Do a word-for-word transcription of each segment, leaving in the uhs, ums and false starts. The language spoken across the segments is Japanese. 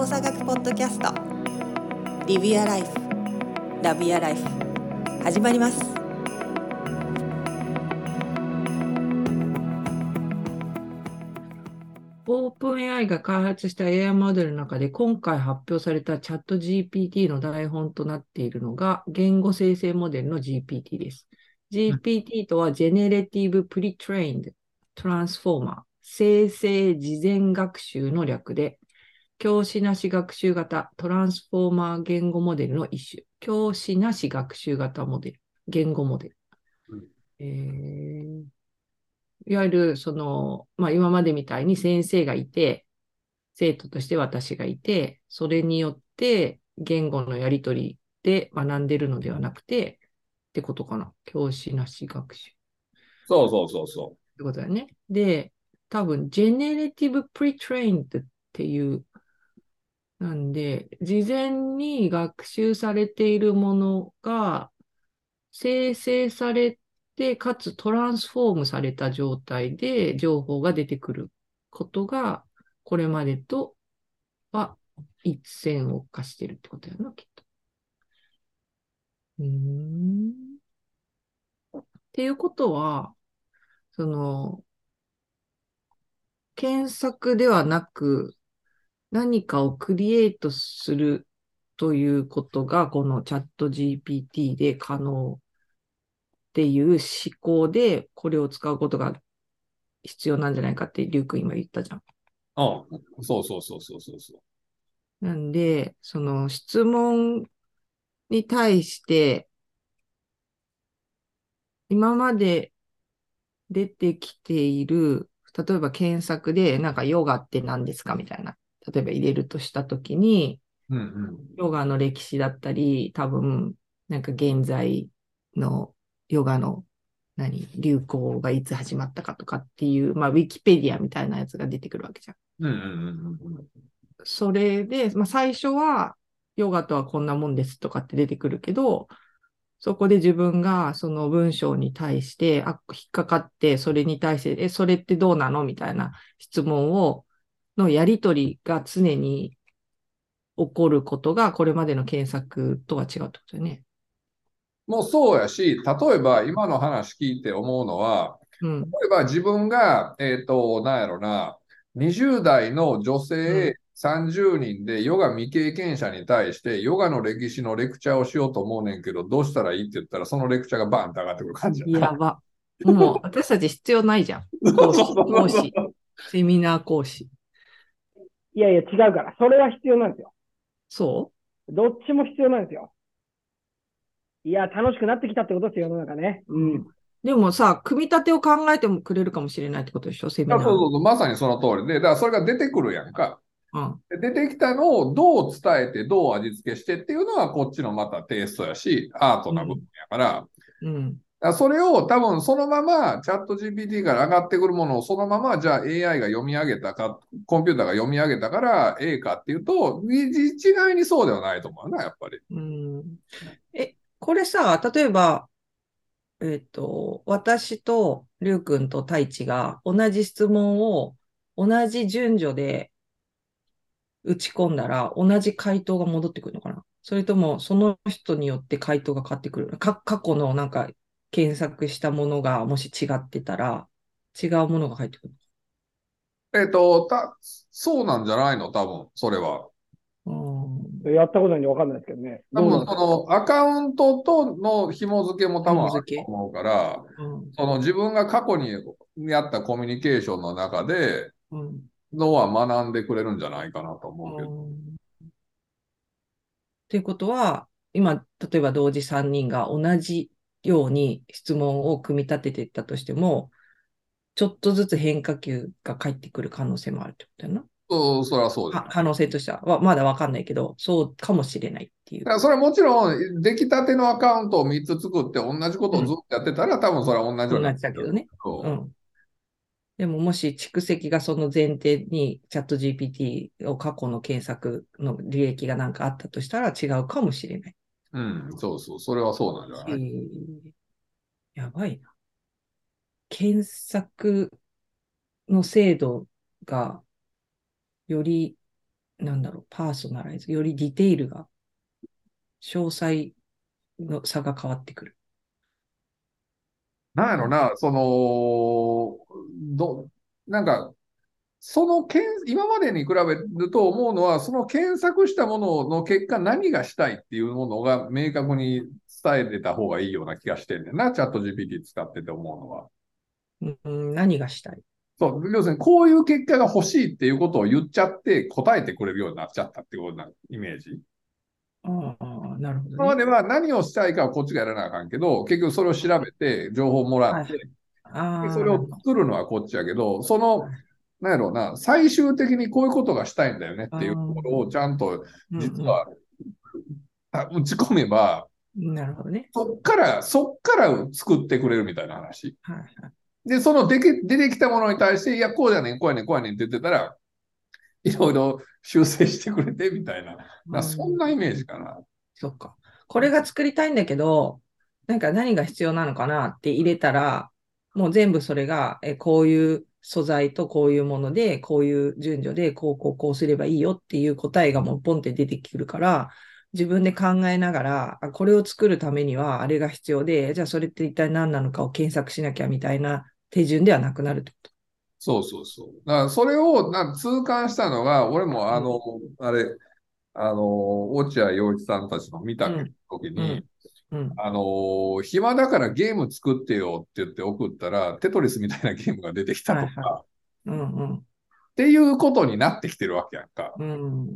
動作学ポッドキャスト Live Your Life Love Your Life 始まります。 オープン エーアイ が開発した エーアイ モデルの中で今回発表されたチャット ジーピーティー の台本となっているのが言語生成モデルの ジーピーティー です。ジーピーティー とは Generative Pre-trained Transformer 生成事前学習の略で、教師なし学習型トランスフォーマー言語モデルの一種。教師なし学習型モデル。言語モデル。 うんえーいわゆる、その、まあ、今までみたいに先生がいて、生徒として私がいて、それによって言語のやり取りで学んでるのではなくて、ってことかな。教師なし学習。っそうそうそうそてことだよね。で、多分、Generative Pre-trained っていう、なんで、事前に学習されているものが生成されて、かつトランスフォームされた状態で情報が出てくることが、これまでとは一線を化してるってことやな、きっと。うーん。っていうことは、その、検索ではなく、何かをクリエイトするということが、このチャット ジーピーティー で可能っていう思考で、これを使うことが必要なんじゃないかって、リュウ君今言ったじゃん。 う。うん。そうそうそうそうそうそう。 なんで、その質問に対して、今まで出てきている、例えば検索で、なんかヨガって何ですかみたいな、例えば入れるとしたときに、 うんうん。 ヨガの歴史だったり、多分、なんか現在のヨガの何、流行がいつ始まったかとかっていう、まあ、ウィキペディアみたいなやつが出てくるわけじゃん。 うんうんうんうん。 それで、まあ、最初は、ヨガとはこんなもんですとかって出てくるけど、そこで自分がその文章に対して、あ、引っかかって、それに対して、え、それってどうなのみたいな質問を、のやりとりが常に起こることが、これまでの検索とは違うってことだよね。 もうそうやし、例えば今の話聞いて思うのは、 うん、 例えば自分が、えっと、なんやろな、にじゅう代の女性うん。 さんじゅうにんでヨガ未経験者に対してヨガの歴史のレクチャーをしようと思うねんけど、どうしたらいいって言ったら、そのレクチャーがバーンって上がってくる感じやな。 やば。もう、私たち必要ないじゃん。 そうそう講師、講師、 そうそう。 セミナー講師。 いやいや、違うから。それは必要なんですよ。 そどっちも必要なんですよ。いや、楽しくなってきたってことですよ、世の中ね。 う、 うん。 うん、でもさ、組み立てを考えてもくれるかもしれないってことでしょ、セミあ、そうナーの。 そうそう、まさにその通りで、だからそれが出てくるやんか。 うん。 で出てきたのをどう伝えて、どう味付けしてっていうのは、こっちのまたテイストやし、アートな部分うん。 やから、だかうん。 らそれを多分そのままチャット ジーピーティー から上がってくるものをそのままじゃあ エーアイ が読み上げたか、コンピューターが読み上げたから A かっていうと、一概にそうではないと思うな、やっぱり。 うん。え、これさ、例えば、えっと、私とりゅうくんと太一が同じ質問を同じ順序で打ち込んだら同じ回答が戻ってくるのかな？それともその人によって回答が変わってくる？か、過去のなんか検索したものがもし違ってたら違うものが返ってくるえっと、た、そうなんじゃないの多分、それは。 の？ やったことないんで分かんないですけどね。 多分、 どうなんですか？ そのアカウントとの紐付けも多分あると紐付け。 思うから、 うん。 その自分が過去にやったコミュニケーションの中で、 うん。 のは学んでくれるんじゃないかなとう思うけど。 ん。ということは、今、例えば同時さんにんが同じように質問を組み立てていったとしても、ちょっとずつ変化球が返ってくる可能性もあるってことだよな。 そう、それはそうじゃない。 は可能性としては、わまだわかんないけど、そうかもしれないっていう。 だからそれはもちろん、出来たてのアカウントをみっつ作って同じことをずっうん。 とやってたら、多分それは同じようになって同じだけるどね。うと。 ん。でももし蓄積がその前提にチャット ジーピーティー を過去の検索の履歴がなんかあったとしたら違うかもしれない。 うん、そうそう、それはそうなんじゃえない。 ー、やばいな。検索の精度がよりなんだろう、パーソナライズ、よりディテールが、詳細の差が変わってくる。 なんやろな、その、ど、なんか、そのけん、今までに比べると思うのは、その検索したものの結果何がしたいっていうものが明確に伝えてた方がいいような気がしてんねんな、チャット ジーピーティー 使ってて思うのは。 うん、何がしたい？ そう、要するにこういう結果が欲しいっていうことを言っちゃって答えてくれるようになっちゃったっていうようなイメージ。 ああ、なるほど今まね。 では何をしたいかはこっちがやらなあかんけど、結局それを調べて情報をもらはい。 って、でそああ、 れをなるほど。 作るのはこっちやけど、その、 はい。 なんやろうな、最終的にこういうことがしたいんだよねっあていうところあ、 をちゃんとうんう実はあ打ち込めば、 ん。なるほどね。 そっから、そっから作ってくれるみたいな話。 はいはい。 で、その出て出てきたものに対して、いや、こうじゃねん、こうやねん、こうやねんって言ってたら、いろいろ修正してくれてみたいな。 うなそんん、 なイメージかな。 そっか。これが作りたいんだけど、なんか何が必要なのかなって入れたら、もう全部それが、え、こういう素材とこういうもので、こういう順序で、こうこうこうすればいいよっていう答えがもうポンって出てくるから、自分で考えながら、あ、これを作るためにはあれが必要で、じゃあそれって一体何なのかを検索しなきゃみたいな手順ではなくなるってこそうそうそう。だからそれをな痛感したのが、俺もあと。 の、あれ、あの、落合陽一さんたちの見たうん、 時に、 うん、うん、うん。 あの、暇だからゲーム作ってよって言って送ったら、テトリスみたいなゲームが出てきたはいはい。 とか、 うん、うん、 っていうことになってきてるわけやんか。 うん。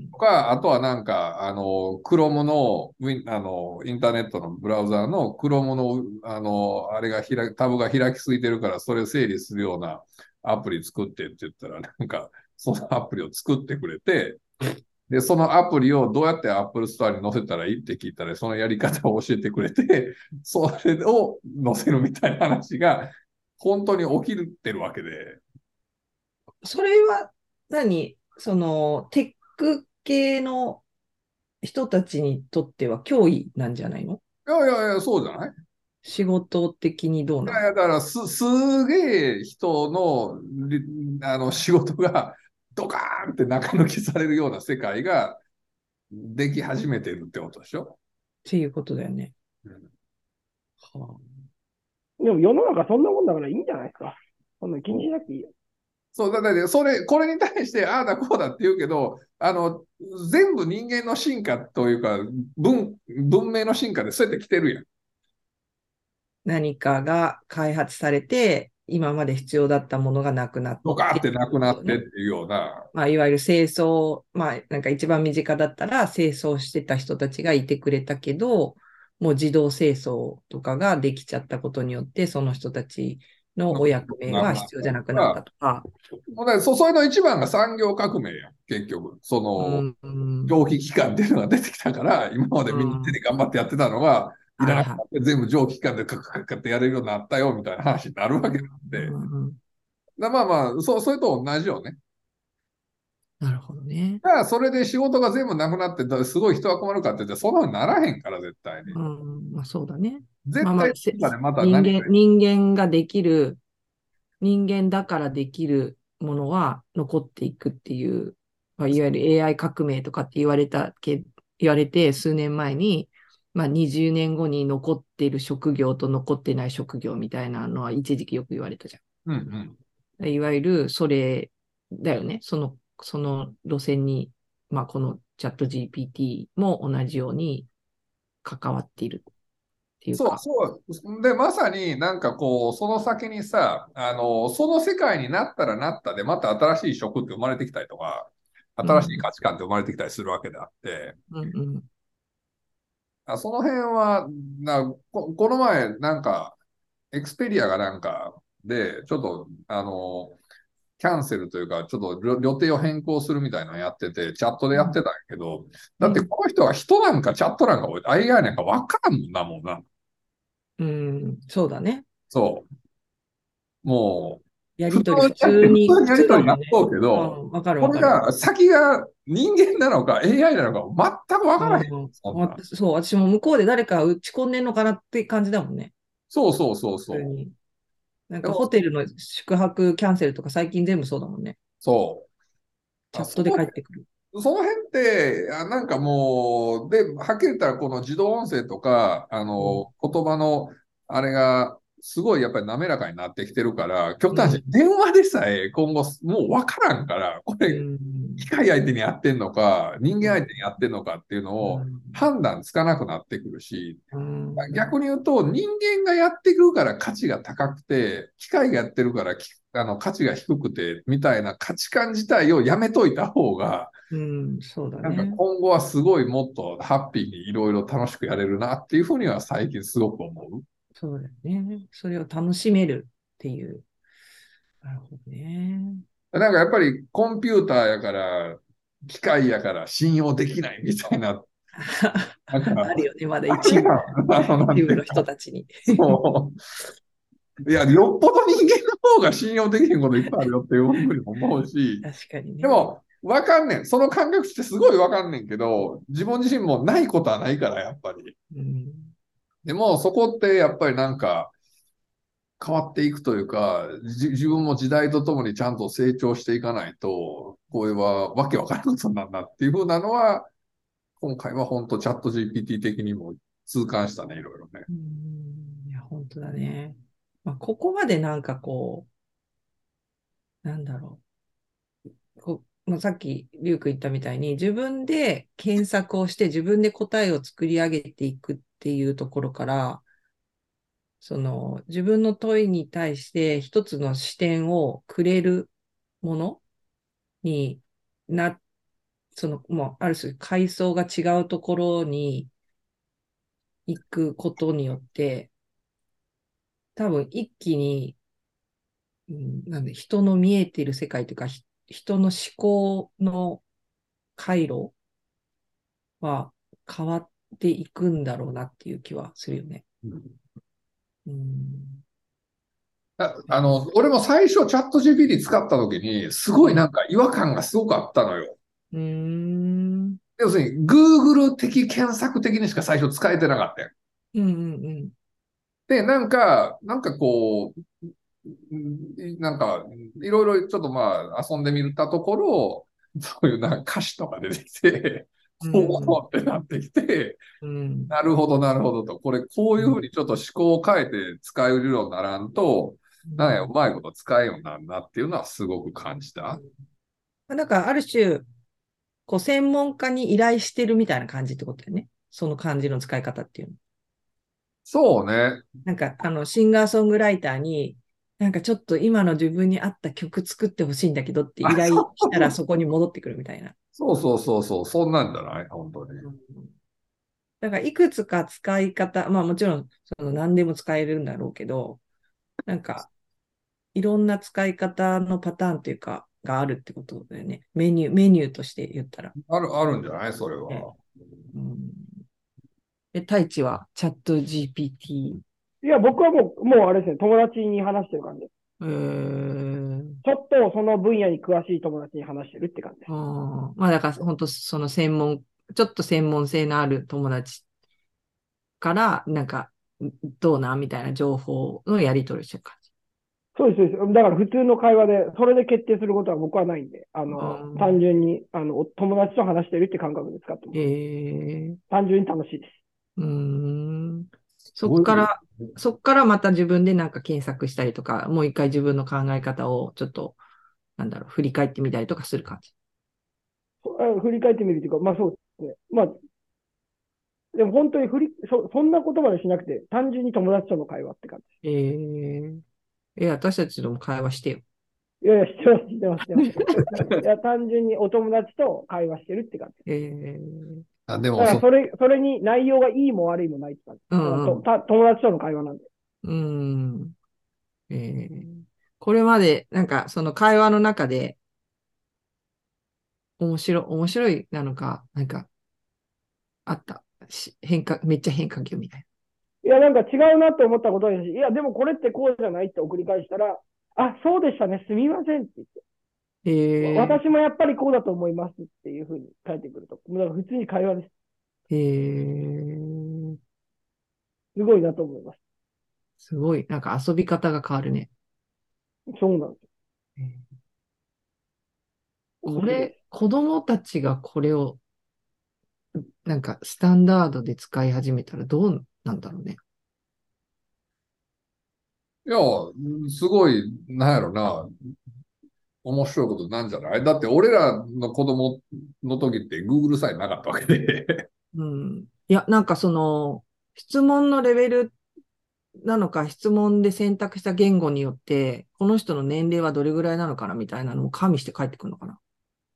とか、あとはなんか、あの、Chrome の、ウィンあの、インターネットのブラウザーの Chrome の、あの、あれが開き、タブが開きすぎてるから、それを整理するようなアプリ作ってって言ったら、なんか、そのアプリを作ってくれて、で、そのアプリをどうやって Apple Store に載せたらいいって聞いたら、そのやり方を教えてくれて、それを載せるみたいな話が、本当に起きてるわけで。 それは何その、テック系の人たちにとっては脅威なんじゃないの？ いやいやいや、そうじゃない。 仕事的にどうなの？ いやいや、だからす、すげえ人の、りあの仕事がドカーンって中抜きされるような世界ができ始めてるってことでしょ。 っていうことだよね。 うんはでも世の中そんなもんだからいいんじゃないですか。そんな気にしなくていいよ。 そう、だってそれ、これに対してああだこうだって言うけど、あの、全部人間の進化というか、文、文明の進化でそうやって来てるやん。 何かが開発されて、今まで必要だったものがなくなっドカーっててってなくなってっことね。 ていうような、 まあ、いわゆる清掃、まあ、なんか一番身近だったら清掃してた人たちがいてくれたけど、もう自動清掃とかができちゃったことによって、その人たちのお役目がなくなった必要じゃなくなっりとか、 たとか。 もうだからそ、それの一番が産業革命やん、結局。その、 うん、うん、 蒸気機関っていうのが出てきたから、今までみんな手で頑張ってやってたのが、いらはいはなくなって全部蒸気機関でカクカクカクってやれるようになったよみたいな話になるわい。 けなんで、 うん、 だまあまあ、そう、それと同じよね。 なるほどね。 じゃあ、それで仕事が全部なくなって、だすごい人は困るかって言って、そんなふうにならへんから、絶対に。 うん、まあそうだね。まあまあ、 絶対、 せどっかでまた何か、 人間、人間ができる、人間だからできるものは残っていくっていう、まあ、いわゆる エーアイ 革命とかって言われたけ、言われて数年前に、まあ、にじゅうねんごに残っている職業と残ってない職業みたいなのは一時期よく言われたじうんうん。 ゃん。いわゆるそれだよね。その、その路線に、まあ、このチャット ジーピーティー も同じように関わっているっていうそう、 か。 そう。で、まさになんかこう、その先にさ、あの、その世界になったらなったで、また新しい職って生まれてきたりとか、新しいうん、 価値観って生まれてきたりするわけであって、 うん、うん。 あその辺は、なこ、この前、なんか、エクスペリアがなんかで、ちょっと、あの、キャンセルというか、ちょっと予予定を変更するみたいなのやってて、チャットでやってたんやけど、だってこの人は人なんかチャットなんか、エーアイ なんかわからんもんなもんな。 うん、そうだね。 そう。もう、普通やりとり普にやって、普通に、普通にやりとりなっ通だもんね。 そうけど、 うん、わかるこれわかる。 が、先が人間なのか エーアイ なのか全くわからへん。 うん、 そんな。 わそう、私も向こうで誰か打ち込んでんのかなって感じだもんね。 そうそうそうそ普通に。なんう。でかも、 ホテルの宿泊キャンセルとか最近全部そうだもんね。 そう。あ、 チャットでそこで、 帰ってくる。 その辺って、あなんかもう、で、はっきり言ったらこの自動音声とか、あうん。 の、言葉の、あれが、すごいやっぱり滑らかになってきてるから、極端にうん。 電話でさえ今後もうわからんから、こうれ、機ん。 械相手にやってんのか、人間うん。 相手にやってんのかっていうのをうん判断つかなくなってくるし、 うん。 逆に言うと、人間がやってくるから価値が高くて、機械がやってるからきあの価値が低くて、みたいな価値観自体をやめといた方が、 うん、そうだなんかね。 今後はすごいもっとハッピーにいろいろ楽しくやれるなっていうふうには最近すごく思う。 そうだよね。それを楽しめるっていう。なるほどね。 なんかやっぱりコンピューターやから、機械やから信用できないみたいな、なんか、 あるよね、まだあるやん。 一部、 あの、なん一部のていうか、 人たちに。 そう。いや、よっぽど人間の方が信用できへんこといっぱいあるよっていうふうに思うし、 確かにね。 でも、わかんねん。その感覚ってすごいわかんねんけど、自分自身もないことはないから、やっぱり。 うん。 でも、そこってやっぱりなんか変わっていくというか、じ自分も時代とともにちゃんと成長していかないと、これはわけわからんことになるなっていうふうなのは、今回は本当チャット ジーピーティー 的にも痛感したね、いろいろね。 うん。いや、本当だね。まあ、ここまでなんかこう、なんだろう。こうまあ、さっきリュウク言ったみたいに、自分で検索をして自分で答えを作り上げていくっていうところから、その自分の問いに対して一つの視点をくれるものにな、その、もうある種階層が違うところに行くことによって、多分一気に、うん、なんで人の見えている世界というか、ひ人の思考の回路は変わっていくんだろうなっていう気はするよね。うん。 ああの、俺も最初チャット ジーピーティー 使った時に、すごいなんか違和感がすごくあったのよ。 うん。 要するに、Google 的検索的にしか最初使えてなかったよ。 うんうんうん。 で、なんか、なんかこう、なんか、いろいろちょっとまあ遊んでみたところ、そういうなんか歌詞とか出てきて、 うほん。 うってなってきて、 うん。 なるほど、なるほどと、これこういうふううん。 にちょっと思考を変えて使えるようにならんと、なんや、ううん。 まいこと使えようになるなっていうのはすごく感じた。 まあなんか、ある種、こう、専門家に依頼してるみたいな感じってことだよね。その漢字の使い方っていうの。 そうね。 なんか、あの、シンガーソングライターに、なんかちょっと今の自分に合った曲作ってほしいんだけどって依あ、 頼したらそうそこに戻ってくるみたいな。 そうそうそうそう、そんなんじゃない本当に。 うん。だから、いくつか使い方、まあもちろん、その何でも使えるんだろうけど、なんか、いろんな使い方のパターンというか、があるってことだよね。メニュー、メニューとして言ったら。 ある、あるんじゃないそれね。 は。 うん。で、太一はチャット ジーピーティー。 いや、僕はもう、もうあれですね、友達に話してる感じです。 えー、 ちょっとその分野に詳しい友達に話してるって感じです。 あーまあだから本当その専門、ちょっと専門性のある友達から、なんか、どうなんみたいな情報のやり取りしてる感じ。 そうです、そうです。だから普通の会話で、それで決定することは僕はないんで、あの、 あ単純に、あの、友達と話してるって感覚で使ってまーす。 えー、 単純に楽しいです。 うーん。そっどういうから、そっからまた自分でなんか検索したりとか、もう一回自分の考え方をちょっと、なんだろう、振り返ってみたりとかする感じ。 あ振り返ってみるというか、まあそうですね。まあ、でも本当に振り、そ、そんなことまでしなくて、単純に友達との会話って感えー、え、私たちとも会話してよ。 じ。いやいや、知ってます、知ってます、知ってます。いや、単純にお友達と会話してるって感じ。 えー、 あ、でだもそ、 からそれ、それに内容がいいも悪いもないって感じ。 うだからと、 んうん。 た、友達との会話なんで。 うん。えー、これまで、なんか、その会話の中で、面白い、面白いなのか、なんか、あった。し変化、めっちゃ変化球みたいいや、なんか違うなと思ったことですし、いや、でもこれってこうじゃないって送り返したら、あ、そうでしたね、すみませんって言って。 な。 わえ私もやっぱりこうだと思いますっていうふうに書いてくると。だから普通に会話です。 ー、えー、 すごいなと思います。 すごい、なんか遊び方が変わるね。 そうなんです。 えー面白いで俺、 す。 子供たちがこれをなんかスタンダードで使い始めたらどうなんだろうね。 いや、すごい、なんやろな、面白いことなんじゃない？だって俺らの子供の時って Google さえなかったわけで。 うん。いや、なんかその、質問のレベルなのか、質問で選択した言語によって、この人の年齢はどれぐらいなのかなみたいなのも加味して帰ってくるのかな。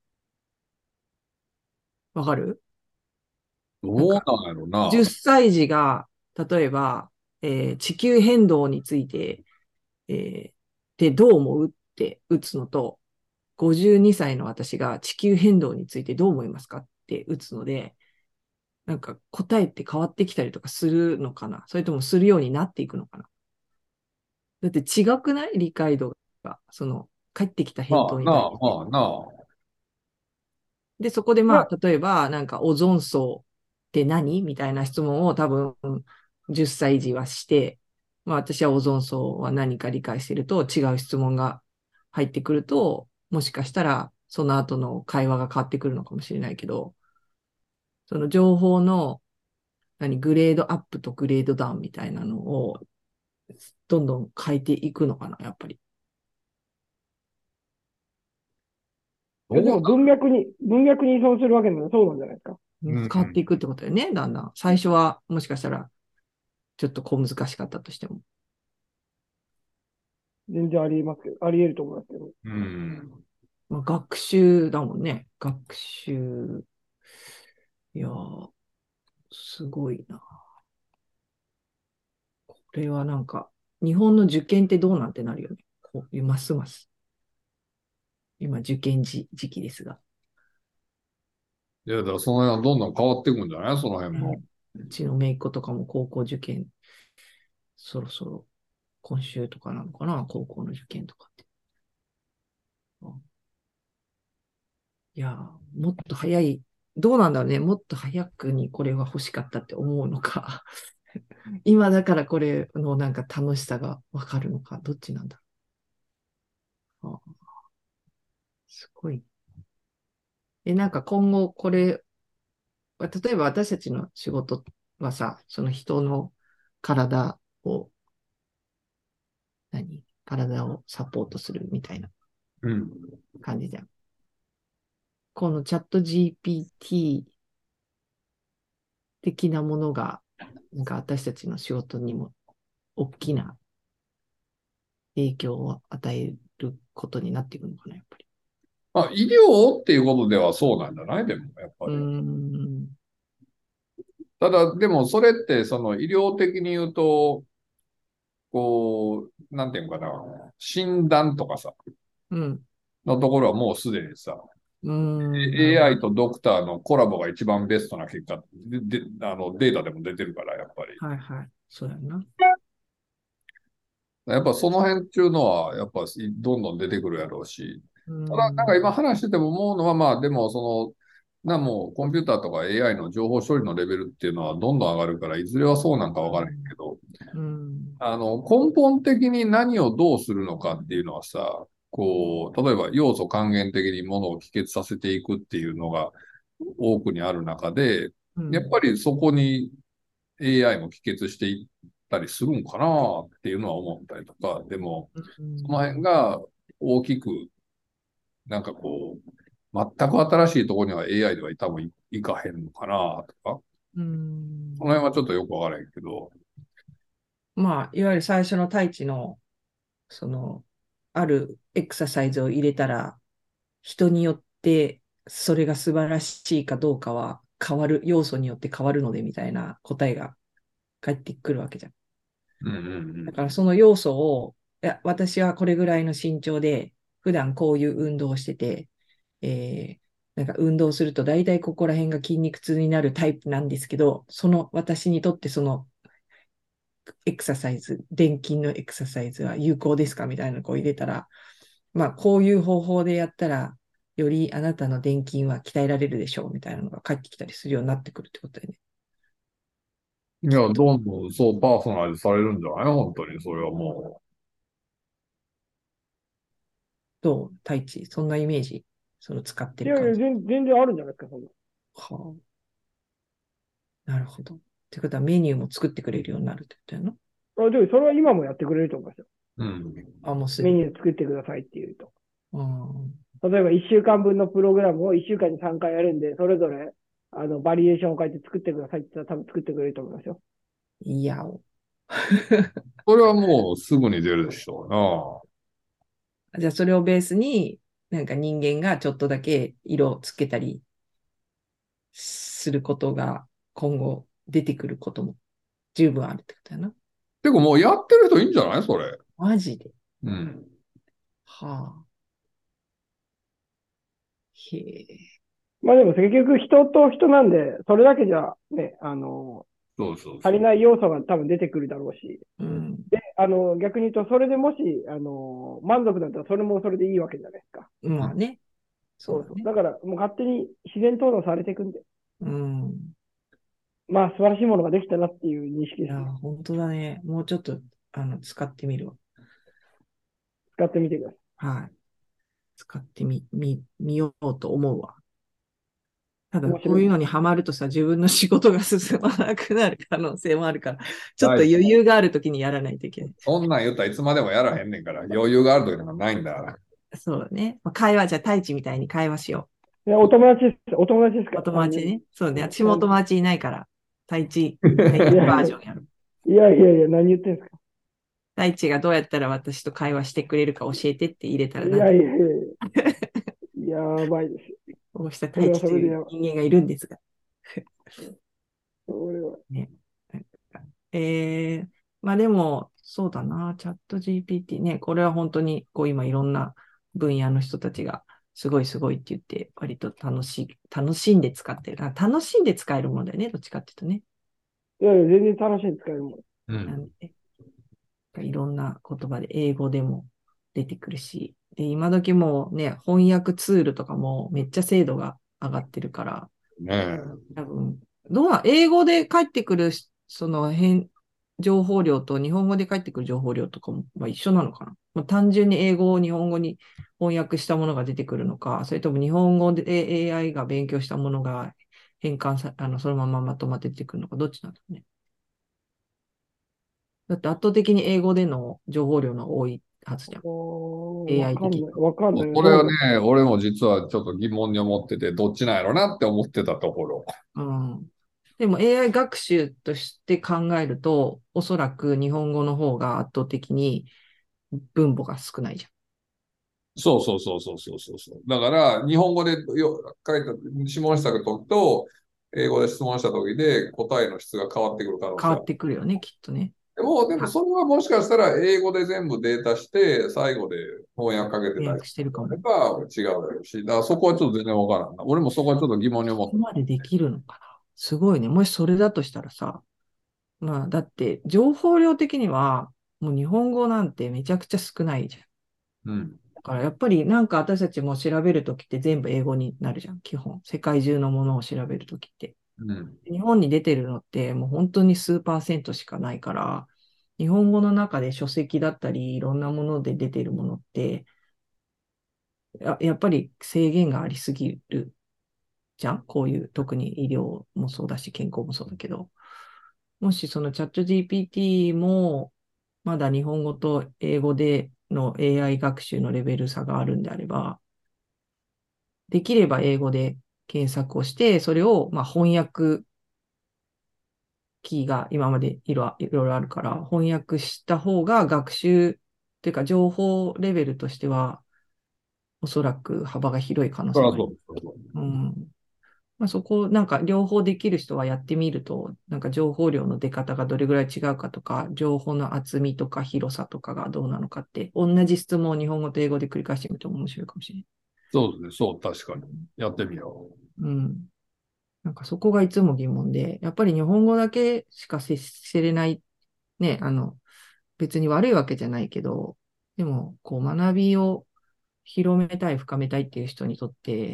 わかる？ どうなんか、 なんやろな。 じゅっさい児が、例えば、えー地球変動について、えーでどう思うって打つのと、ごじゅうにさいの私が地球変動についてどう思いますかって打つので、なんか答えって変わってきたりとかするのかな、それともするようになっていくのかな。だって違くない？理解度が。その、返ってきた返答まあなあ、 に対して。 まあなあ。 で、そこでまあ、 まあ、例えば、なんか、オゾン層って何みたいな質問を多分、じゅっさい児はして、まあ、私はオゾン層は何か理解してると、違う質問が入ってくると、もしかしたら、その後の会話が変わってくるのかもしれないけど、その情報の、何、グレードアップとグレードダウンみたいなのを、どんどん変えていくのかな、やっぱり。 どうなでも文脈に、文脈に依存するわけなのそうなんじゃないですか。 うん変わっていくってことだよね、だんだん。最初は、もしかしたら、ちょっと小難しかったとしても。 全然ありえますけど、あり得ると思いますけど。 うん。 まあ、学習だもんね。学習。いやー、すごいな。これはなんか、日本の受験ってどうなんてなるよね。こうますます。今、受験時、時期ですが。 いや、だからその辺はどんどん変わっていくんじゃない？その辺も。 うちの姪っ子とかも高校受験、そろそろ今週とかなのかな、高校の受験とかって。いやー、もっと早い、どうなんだろうね。もっと早くにこれは欲しかったって思うのか。今だからこれのなんか楽しさがわかるのか。どっちなんだろう。あ、すごい。え、なんか今後これ、例えば私たちの仕事はさ、その人の体を、何体をサポートするみたいなうん。 感じじゃん。このチャット ジーピーティー 的なものが、なんか私たちの仕事にも大きな影響を与えることになっていくのかな、やっぱり。 まあ、医療っていうことではそうなんじゃない？でも、やっぱうーり。 ん。 ただ、でもそれってその医療的に言うと、こう、なんていうのかな、診断とかさ、 うん。 のところはもうすでにさ、 うーん。なるほエーアイど。 とドクターのコラボが一番ベストな結果で、で、あのデータでも出てるから、やっぱり。 はいはい。そうやな。 やっぱその辺っていうのは、やっぱどんどん出てくるやろうし、 うーただ、なんか今ん。 話してても思うのは、まあでも、その、な、もうコンピューターとか エーアイ の情報処理のレベルっていうのはどんどん上がるから、いずれはそうなんかわからへんけど、 うん。 あの、根本的に何をどうするのかっていうのはさ、こう、例えば要素還元的にものを帰結させていくっていうのが多くにある中で、やっうん。 ぱりそこに エーアイ も帰結していったりするんかなっていうのは思ったりとか、でも、 うん。 その辺が大きく、なんかこう、全く新しいところには エーアイ では多分いいかへんのかなとか、 うん。 その辺はちょっとよくわからへんけど、 まあ、いわゆる最初の太一の、その、あるエクササイズを入れたら、人によってそれが素晴らしいかどうかは変わる、要素によって変わるのでみたいな答えが返ってくるわけじゃん。 うんうんだからその要素を、いや、私はこれぐらいの身長で、普段こういう運動をしてて、えー、なんか運動すると大体ここら辺が筋肉痛になるタイプなんですけど、その私にとってそのエクササイズ、電筋のエクササイズは有効ですかみたいなのを入れたら、まあ、こういう方法でやったら、よりあなたの電筋は鍛えられるでしょうみたいなのが返ってきたりするようになってくるってことだよね。 うん。いや、 きっと。 どんどんそうパーソナライズされるんじゃない？本当に、それはもどう太一、そんなイメージ。 その使っていやいや、 る感じ。 全全然あるんじゃないですか、そんな。 はあ、なるほど。ってことはメニューも作ってくれるようになるってことやな。 あ、でもそれは今もやってくれると思いますよ。 うん。 あ、もうすぐ。 メニュー作ってくださいって言うと。 うん。 例えばいっしゅうかんぶんのプログラムをいっしゅうかんにさんかいやるんで、それぞれあのバリエーションを書いて作ってくださいって言ったら多分作ってくれると思いますよ。 いやお。 それはもうすぐに出るでしょうな。 じゃあそれをベースに、なんか人間がちょっとだけ色をつけたりすることが今後出てくることも十分あるってことやな。 てかもうやってる人いいんじゃないそれ。 マジで。 うん。 はあ。へえ。 まあでも結局人と人なんで、それだけじゃね、あの、 そうそうそう。 足りない要素が多分出てくるだろうし、 うん。 で、あの、逆に言うと、それでもし、あの、満足だったらそれもそれでいいわけじゃないですか。 まあね。そそうそう。 うだね。 だから、もう勝手に自然淘汰されていくんで、 うん。 まあ素晴らしいものができたなっていう認識いや、 ですよ。 本当だね。もうちょっと、あの、使ってみるわ。 使ってみてくださはい。使ってみ、み、みようと思うわ。たい。 だ、 面白いです。 こういうのにハマるとさ、自分の仕事が進まなくなる可能性もあるから、ちょっとはい余裕があるときにやらないといけない。 そんなん言ったらいつまでもやらへんねんから、余裕がある時なんかないんだから。 そうだね。まあ会話、じゃあ、太一みたいに会話しよいやお友達です。お友達ですう。おから。 友達ね。そうね。 単私もお友達いないから、太一、太一純にいやいやバージョンやる。 いやいやいや、何言ってんすか。 太一がどうやったら私と会話してくれるか教えてって入れたら、 いなんと、 やいやいやいや、やばいですよ。 こうしたそれは太一というそれでやばい。 人間がいるんですが。 それは。 ね。えー、まあでも、そうだな、チャット ジーピーティー ね、これは本当に、こう今いろんな分野の人たちが、すごいすごいって言って、割と楽しい、楽しんで使ってる。あ楽しんで使えるものだよね、どっちかっていうとね。 いやいや、全然楽しいに使えるもん。 うん。 なんで、いろんな言葉で英語でも出てくるし、で、今時もうね、翻訳ツールとかもめっちゃ精度が上がってるから、 ねえ。 多分、どうな、英語で返ってくる、その変、情報量と日本語で返ってくる情報量とかも、まあ、一緒なのかな。まあ、単純に英語を日本語に翻訳したものが出てくるのか、それとも日本語で エーアイ が勉強したものが変換さ、あの、そのまままとまって出てくるのか、どっちなんだろうね。だって圧倒的に英語での情報量の多いはずじゃん。 おーわエーアイ 的に。 かんない。わかんない。 これはどうね、俺も実はちょっと疑問に思ってて、どっちなんやろなって思ってたところ。 うん。でも エーアイ 学習として考えると、おそらく日本語の方が圧倒的に分母が少ないじそうそうそうそうそうそうそう。だから、日本語でよ書いた、質問した時と、英語で質問した時で答えの質が変わってくる可ゃん。変わっ能性ある。 てくるよね、きっとね。 でも、でもあ、 それはもしかしたら英語で全部データして、最後で翻訳かけて予たり約してるかも。 すれば違うだろうし、だからそこはちょっと全然わからんな。俺もそこはちょっと疑問に思ってここまでできるのかな。すごいね。もしそれだとしたらさ、まあ、だって情報量的には、もう日本語なんてめちゃくちゃ少ないじゃん。 うん。 だからやっぱりなんか私たちも調べるときって全部英語になるじゃん、基本。世界中のものを調べるときって。 うん。 日本に出てるのってもう本当に数パーセントしかないから、日本語の中で書籍だったり、いろんなもので出てるものって、や、やっぱり制限がありすぎるじゃん、こういう、特に医療もそうだし、健康もそうだけど。もしそのチャット ジーピーティー も、まだ日本語と英語での エーアイ 学習のレベル差があるんであれば、できれば英語で検索をして、それをまあ翻訳キーが今までいろいろあるから、翻訳した方が学習っていうか情報レベルとしては、おそらく幅が広い可能性がある。 そりゃそうそう。 うん。まあ、そこ、なんか両方できる人はやってみると、なんか情報量の出方がどれぐらい違うかとか、情報の厚みとか広さとかがどうなのかって、同じ質問を日本語と英語で繰り返してみると面白いかもしれない。 そうですね。そう、確かに。やってみようん。なんかそこがいつも疑問で、やっぱり日本語だけしか接せれない、ね、あの、別に悪いわけじゃないけど、でも、こう学びを広めたい、深めたいっていう人にとって、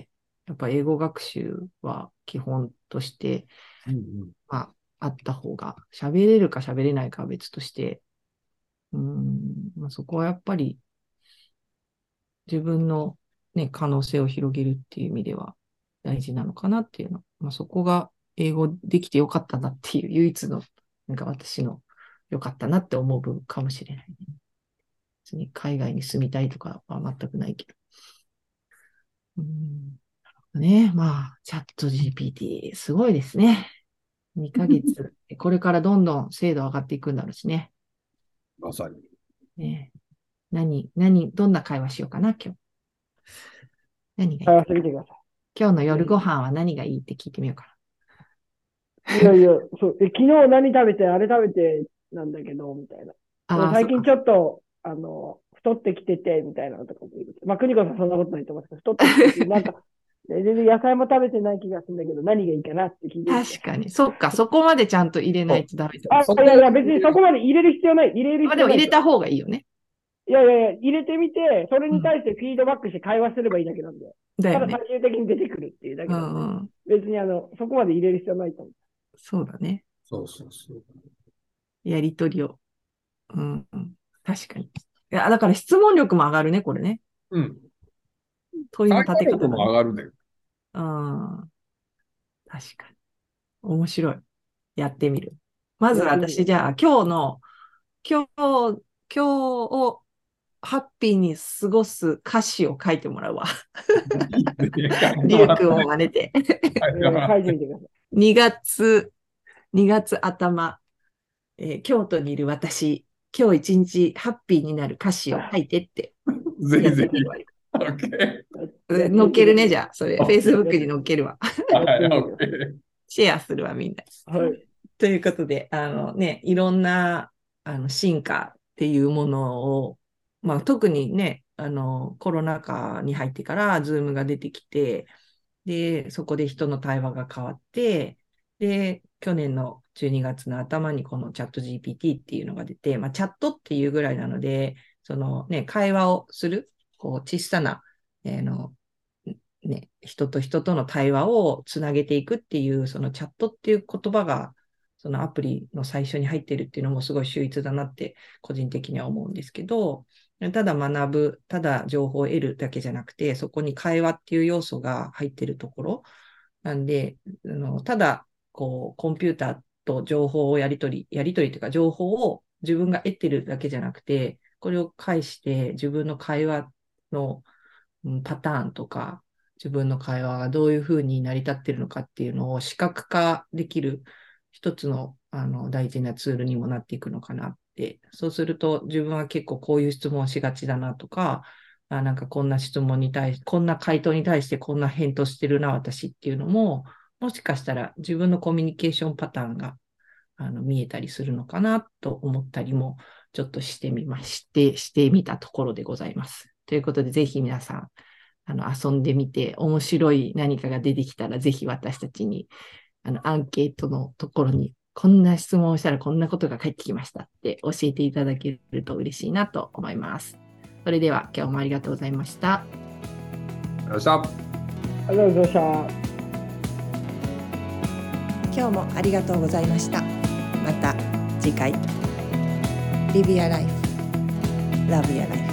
やっぱ英語学習は基本として、 う。うんうん。 まあ、あった方が、喋れるか喋れないかは別として、うーん、まあ、そこはやっぱり自分のね、可能性を広げるっていう意味では大事なのかなっていうの。まあ、そこが英語できてよかったなっていう唯一の、なんか私のよかったなって思う部分かもしれない、ね。別に海外に住みたいとかは全くないけど。うんね、まあ、チャット ジーピーティー、すごいですね。にかげつ、これからどんどん精度上がっていくんだろうしね。 まさに。 ね何、何、どんな会話しようかな、今日。何がいい会話してみてくださ今日の夜ご飯は何がいいって聞いてみようかい。いやいや、そう、え昨日何食べて、あれ食べてなんだけど、みたいな。 な。ああ、 最近ちょっょっと、あの、太ってきてて、みたいなのとかも言う。まあ、邦子さんそんなことないと思いますけど、太ってきてて、なんか、全然野菜も食べてない気がするんだけど、何がいいかなって聞いてみて。 確かに。そっか、そこまでちゃんと入れないとダメってこあ、 と。 そこいやいや、別にそこまで入れる必要ない。入れるまあ必要ない。 でも入れた方がいいよね。 いやいやいや、入れてみて、それに対してフィードバックして会話すればいいだけなんで。 だよね。 ただ最終的に出てくるっていうだけうなんで。 んうん。 別にあの、そこまで入れる必要ないと思う。 そうだね。 そうそうそう。 やりとりを。うんうん。確かに。いや、だから質問力も上がるね、これね。 うん。 問いの立て方会話力もがね。 上がるね。 うん。確かに。面白い。やってみる。まずやってみる私、じゃあ、今日の、今日、今日をハッピーに過ごす歌詞を書いてもらうわ。リュウ君を真似て。 えー書いてみてください。 にがつ、にがつ頭、えー京都にいる私、今日一日ハッピーになる歌詞を書いてってぜひぜひ。 やってみるわ。 オッケうん載っけるね、じゃあ。それ、 オッケー Facebook に載っけるわ。 ー。はい、オッケー。 シェアするわ、みんな。 はい。 ということで、あのね、いろんなあの進化っていうものを、まあ、特にね、あのコロナ禍に入ってから、ズームが出てきて、で、そこで人の対話が変わって、で、去年のじゅうにがつの頭にこのチャット ジーピーティー っていうのが出て、まあ、チャットっていうぐらいなので、そのね、会話をする、こう、小さな、えーの、ね、人と人との対話をつなげていくっていう、そのチャットっていう言葉が、そのアプリの最初に入ってるっていうのもすごい秀逸だなって個人的には思うんですけど、ただ学ぶ、ただ情報を得るだけじゃなくて、そこに会話っていう要素が入ってるところなんで、あのただこうコンピューターと情報をやり取り、やり取りというか情報を自分が得てるだけじゃなくて、これを介して自分の会話のうんパターンとか、自分の会話がどういうふうに成り立ってるのかっていうのを視覚化できる一つの、あの大事なツールにもなっていくのかなって。そうすると自分は結構こういう質問をしがちだなとか、あなんかこんな質問に対し、こんな回答に対してこんな返答してるな、私っていうのも、もしかしたら自分のコミュニケーションパターンがあの見えたりするのかなと思ったりもちょっとしてみまして、してみたところでございます。ということで、ぜひ皆さん、あの遊んでみて、面白い何かが出てきたら、ぜひ私たちにあのアンケートのところに、こんな質問をしたらこんなことが返ってきましたって教えていただけると嬉しいなと思います。それでは今日もありがとうございました。 ありがとうございました。 ありがとうございました。 今日もありがとうございました。また次回。Live your life. Love your life.